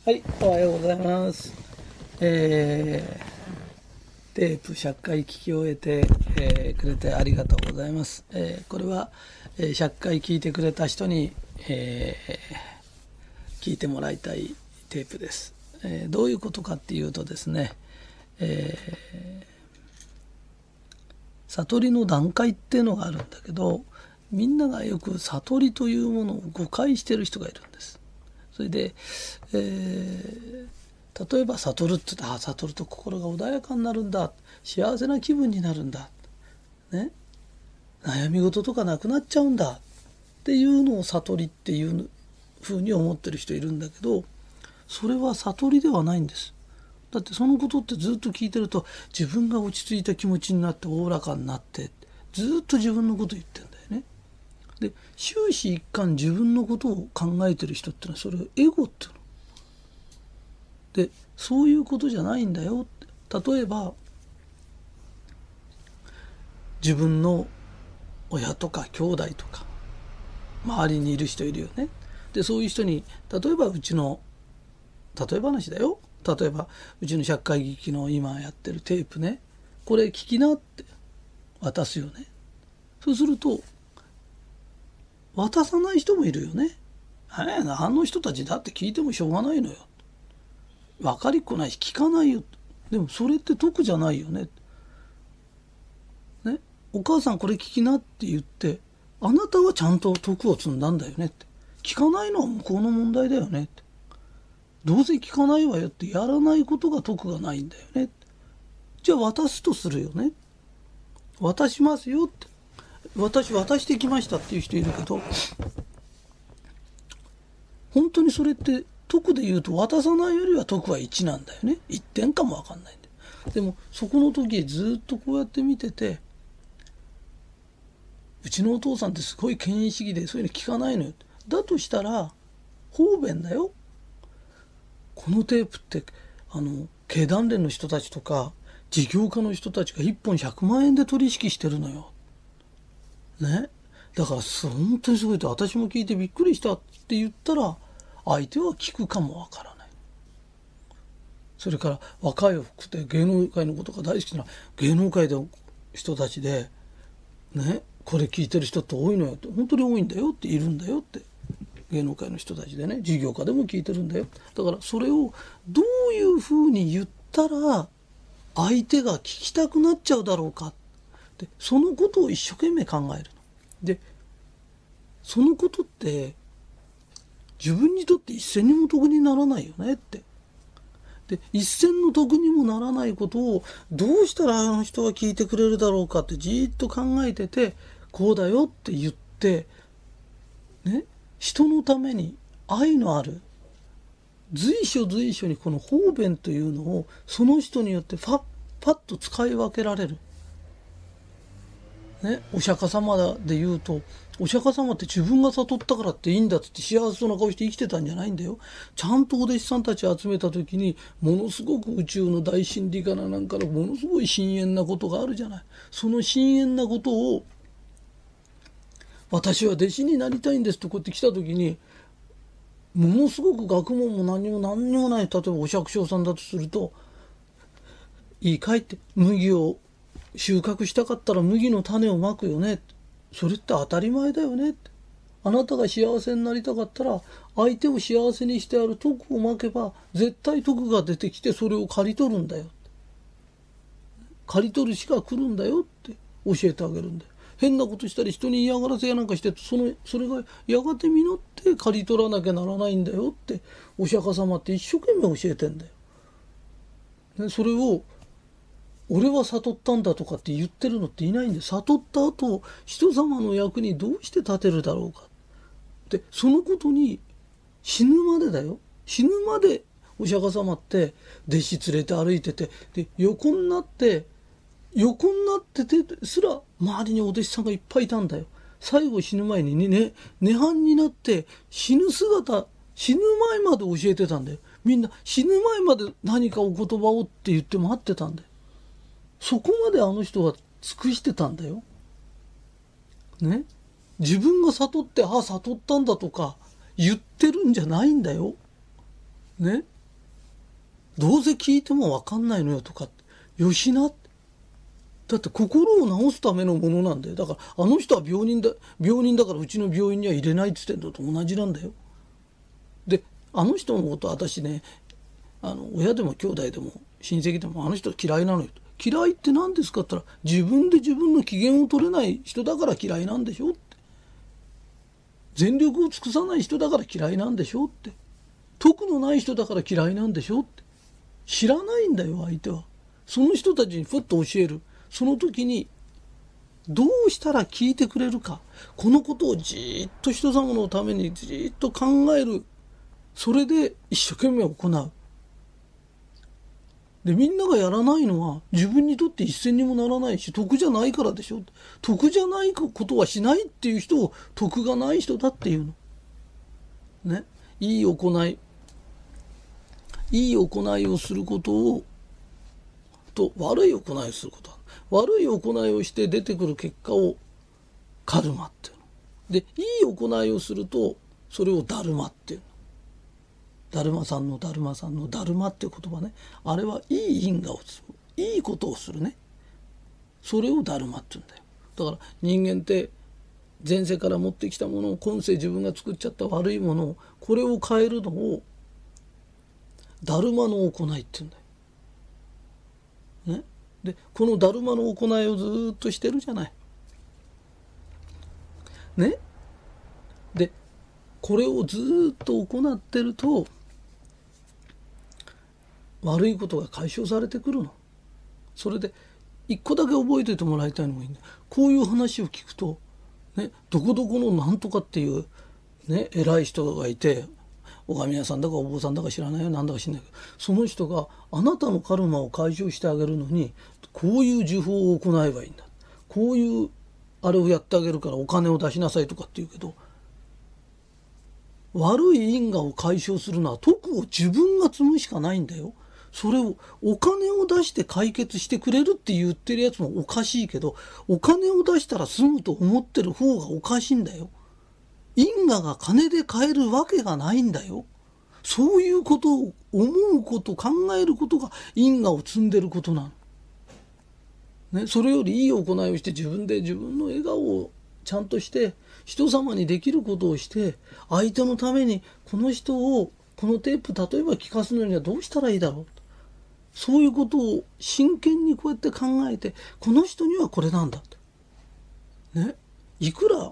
はい、おはようございます。テープ100回聞き終えて、くれてありがとうございます。これは、100回聞いてくれた人に、聞いてもらいたいテープです。どういうことかっていうとですね、悟りの段階っていうのがあるんだけど、みんながよく悟りというものを誤解している人がいるんです。それで、例えば悟るって言ったら、悟ると心が穏やかになるんだ、幸せな気分になるんだ、ね、悩み事とかなくなっちゃうんだっていうのを悟りっていうふうに思ってる人いるんだけど、それは悟りではないんです。だってそのことってずっと聞いてると、自分が落ち着いた気持ちになっておおらかになって、ずっと自分のこと言ってんだよね。で、終始一貫自分のことを考えてる人ってのは、それをエゴっていうので、そういうことじゃないんだよ。例えば自分の親とか兄弟とか周りにいる人いるよね。で、そういう人に、例えばうちの、例え話だよ、例えばうちの100回聞きの今やってるテープね、これ聞きなって渡すよね。そうすると渡さない人もいるよね。あの人たちだって聞いてもしょうがないのよ、分かりっこないし聞かないよ。でもそれって得じゃないよね。ね、お母さんこれ聞きなって言って、あなたはちゃんと徳を積んだんだよねって。聞かないのは向こうの問題だよねって。どうせ聞かないわよってやらないことが徳がないんだよね。じゃあ渡すとするよね。渡しますよって。私渡してきましたっていう人いるけど、本当にそれって徳で言うと渡さないよりは徳は1なんだよね。1点かも分かんないんで。でもそこの時ずっとこうやって見てて、うちのお父さんってすごい権威主義でそういうの聞かないのよ。だとしたら方便だよ。このテープって経団連の人たちとか事業家の人たちが1本100万円で取引してるのよ。ね。だから本当にすごいと、私も聞いてびっくりしたって言ったら相手は聞くかもわからない。それから若いくて芸能界のことが大好きな芸能界の人たちでね、これ聞いてる人って多いのよって、本当に多いんだよって、いるんだよって、芸能界の人たちでね、事業家でも聞いてるんだよ。だからそれをどういうふうに言ったら相手が聞きたくなっちゃうだろうかで、そのことを一生懸命考えるの。で、そのことって自分にとって一銭にも得にならないよねって。で、一銭の得にもならないことをどうしたらあの人が聞いてくれるだろうかってじーっと考えてて、こうだよって言ってね、人のために愛のある随所随所にこの方便というのをその人によってパッと使い分けられる。ね、お釈迦様で言うと、お釈迦様って自分が悟ったからっていいんだって幸せそうな顔して生きてたんじゃないんだよ。ちゃんとお弟子さんたちを集めた時に、ものすごく宇宙の大真理からなんかのものすごい深遠なことがあるじゃない。その深遠なことを、私は弟子になりたいんですとこうやって来た時に、ものすごく学問も何にもない、例えばお釈迦さんだとすると、いいかいって、麦を収穫したかったら麦の種をまくよね。それって当たり前だよね。あなたが幸せになりたかったら相手を幸せにしてある徳をまけば絶対徳が出てきて、それを刈り取るんだよ。刈り取るしか来るんだよって教えてあげるんだよ。変なことしたり人に嫌がらせやなんかして、それがやがて実って刈り取らなきゃならないんだよってお釈迦様って一生懸命教えてんだよ。ね、それを俺は悟ったんだとかって言ってるのっていないんで、悟った後人様の役にどうして立てるだろうかで、そのことに死ぬまでだよ、死ぬまでお釈迦様って弟子連れて歩いてて、で横になっててすら周りにお弟子さんがいっぱいいたんだよ。最後死ぬ前にね、涅槃になって死ぬ前まで教えてたんだよ。みんな死ぬ前まで何かお言葉をって言って待ってたんだよ。そこまであの人は尽くしてたんだよ。ね。自分が悟って、悟ったんだとか言ってるんじゃないんだよ。ね。 どうせ聞いても分かんないのよとか、よしな。だって心を治すためのものなんだよ。だからあの人は病人だからうちの病院には入れないって言ってんのと同じなんだよ。で、あの人のこと私ね、親でも兄弟でも親戚でもあの人嫌いなのよ。嫌いって何ですかって言ったら、自分で自分の機嫌を取れない人だから嫌いなんでしょって。全力を尽くさない人だから嫌いなんでしょって。徳のない人だから嫌いなんでしょって。知らないんだよ相手は。その人たちにふっと教える。その時にどうしたら聞いてくれるか、このことをじーっと人様のためにじーっと考える。それで一生懸命行う。で、みんながやらないのは自分にとって一銭にもならないし、得じゃないからでしょ。得じゃないことはしないっていう人を得がない人だっていうの。ね。いい行いをすることをと悪い行いをすること。悪い行いをして出てくる結果をカルマっていうの。で、いい行いをするとそれをダルマっていうの。ダルマさんのダルマっていう言葉ね。あれはいい因果をする。いいことをするね。それをダルマって言うんだよ。だから人間って前世から持ってきたものを今世自分が作っちゃった悪いものをこれを変えるのをダルマの行いって言うんだよ。ね。で、このダルマの行いをずっとしてるじゃない。ね。で、これをずっと行ってると悪いことが解消されてくるの。それで一個だけ覚えておいてもらいたいのがいいんだ。こういう話を聞くと、ね、どこどこのなんとかっていう、ね、偉い人がいて、拝み屋さんだかお坊さんだか知らないよ、なんだか知らないけど、その人があなたのカルマを解消してあげるのにこういう呪法を行えばいいんだ、こういうあれをやってあげるからお金を出しなさいとかって言うけど、悪い因果を解消するのは徳を自分が積むしかないんだよ。それをお金を出して解決してくれるって言ってるやつもおかしいけど、お金を出したら済むと思ってる方がおかしいんだよ。因果が金で買えるわけがないんだよ。そういうことを思うこと、考えることが因果を積んでることなの。ね、それよりいい行いをして自分で自分の笑顔をちゃんとして人様にできることをして相手のためにこの人をこのテープ例えば聞かすのにはどうしたらいいだろう、そういうことを真剣にこうやって考えてこの人にはこれなんだと、ね、いくら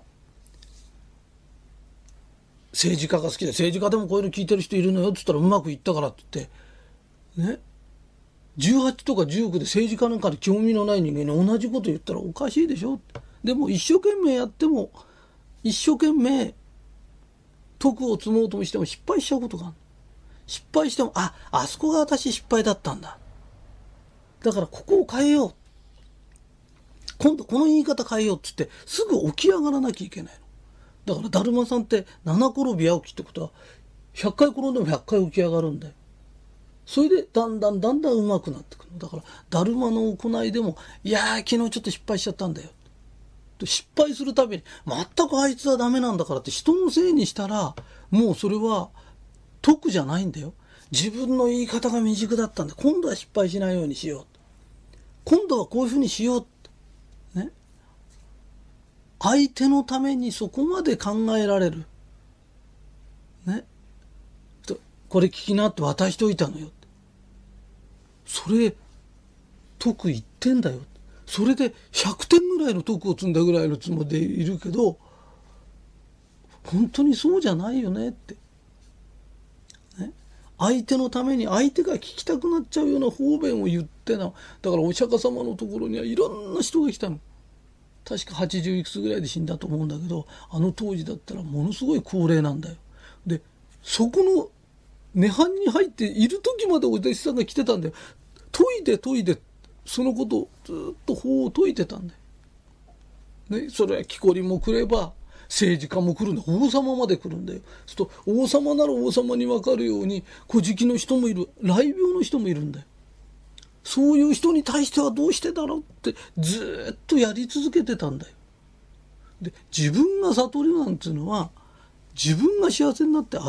政治家が好きで政治家でもこういうの聞いてる人いるのよって言ったらうまくいったからって言ってね、18とか19で政治家なんかに興味のない人間に同じこと言ったらおかしいでしょ。でも一生懸命やっても一生懸命徳を積もうとしても失敗しちゃうことがある。失敗してもあそこが私失敗だったんだ、だからここを変えよう、今度この言い方変えようって言ってすぐ起き上がらなきゃいけないの。だからだるまさんって7転び八起きってことは100回転んでも100回起き上がるんだよ。それでだんだん上手くなってくる。だからだるまの行いでもいやー昨日ちょっと失敗しちゃったんだよ、失敗するたびに全くあいつはダメなんだからって人のせいにしたらもうそれは徳じゃないんだよ。自分の言い方が未熟だったんで今度は失敗しないようにしよう、今度はこういうふうにしよう、ね、相手のためにそこまで考えられる、ね、これ聞きなって渡しておいたのよ、それ徳1点だよ、それで100点ぐらいの徳を積んだぐらいのつもりでいるけど本当にそうじゃないよねって、ね、相手のために相手が聞きたくなっちゃうような方便を言ってな。だからお釈迦様のところにはいろんな人が来たの。確か80いくつぐらいで死んだと思うんだけど、あの当時だったらものすごい高齢なんだよ。でそこの涅槃に入っている時までお弟子さんが来てたんだよ。研いでそのことをずっと法を説いてたんだよ、ね、それは木こりも来れば政治家も来るんだ、王様まで来るんだよ。そうすると王様なら王様に分かるように古事記の人もいる、雷病の人もいるんだよ。そういう人に対してはどうしてだろうってずっとやり続けてたんだよ。で自分が悟りなんていうのは自分が幸せになってあれ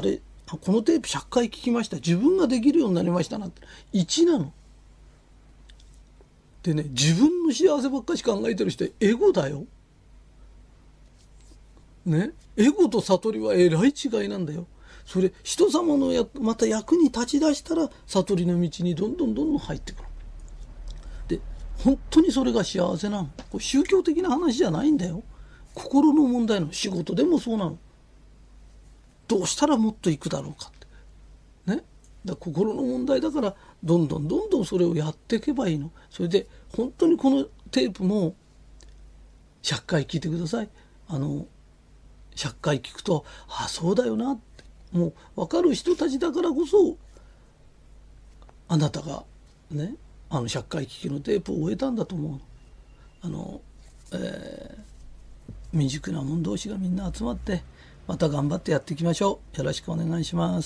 このテープ100回聞きました。自分ができるようになりましたなって。1なの。でね、自分の幸せばっかし考えてる人、エゴだよ。ね。エゴと悟りはえらい違いなんだよ。それ、人様のまた役に立ち出したら、悟りの道にどんどん入ってくる。で、本当にそれが幸せなの。これ宗教的な話じゃないんだよ。心の問題の仕事でもそうなの。どうしたらもっといくだろうかって。ね。心の問題だから、どんどんそれをやっていけばいいの。それで、本当にこのテープも、100回聞いてください。100回聞くと、そうだよなって。もう分かる人たちだからこそ、あなたがね、100回聞きのテープを終えたんだと思うの。未熟な者同士がみんな集まって、また頑張ってやっていきましょう。よろしくお願いします。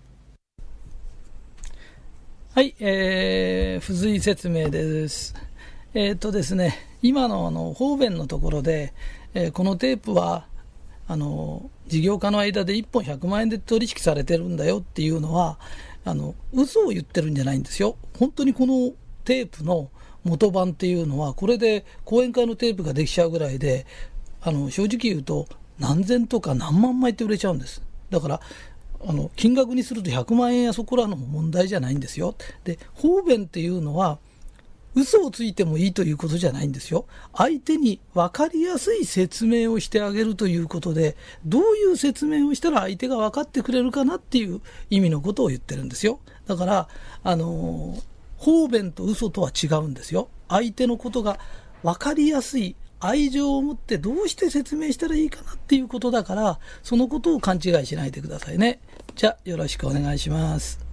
はい、付随説明です。ですね、今の方便のところで、このテープは事業家の間で1本100万円で取引されてるんだよっていうのは嘘を言ってるんじゃないんですよ。本当にこのテープの元版っていうのはこれで講演会のテープができちゃうぐらいで正直言うと何千とか何万枚って売れちゃうんです。だから金額にすると100万円やそこらの問題じゃないんですよ。で方便っていうのは嘘をついてもいいということじゃないんですよ。相手に分かりやすい説明をしてあげるということで、どういう説明をしたら相手が分かってくれるかなっていう意味のことを言ってるんですよ。だから、方便と嘘とは違うんですよ。相手のことが分かりやすい愛情を持ってどうして説明したらいいかなっていうことだから、そのことを勘違いしないでくださいね。じゃあ、よろしくお願いします。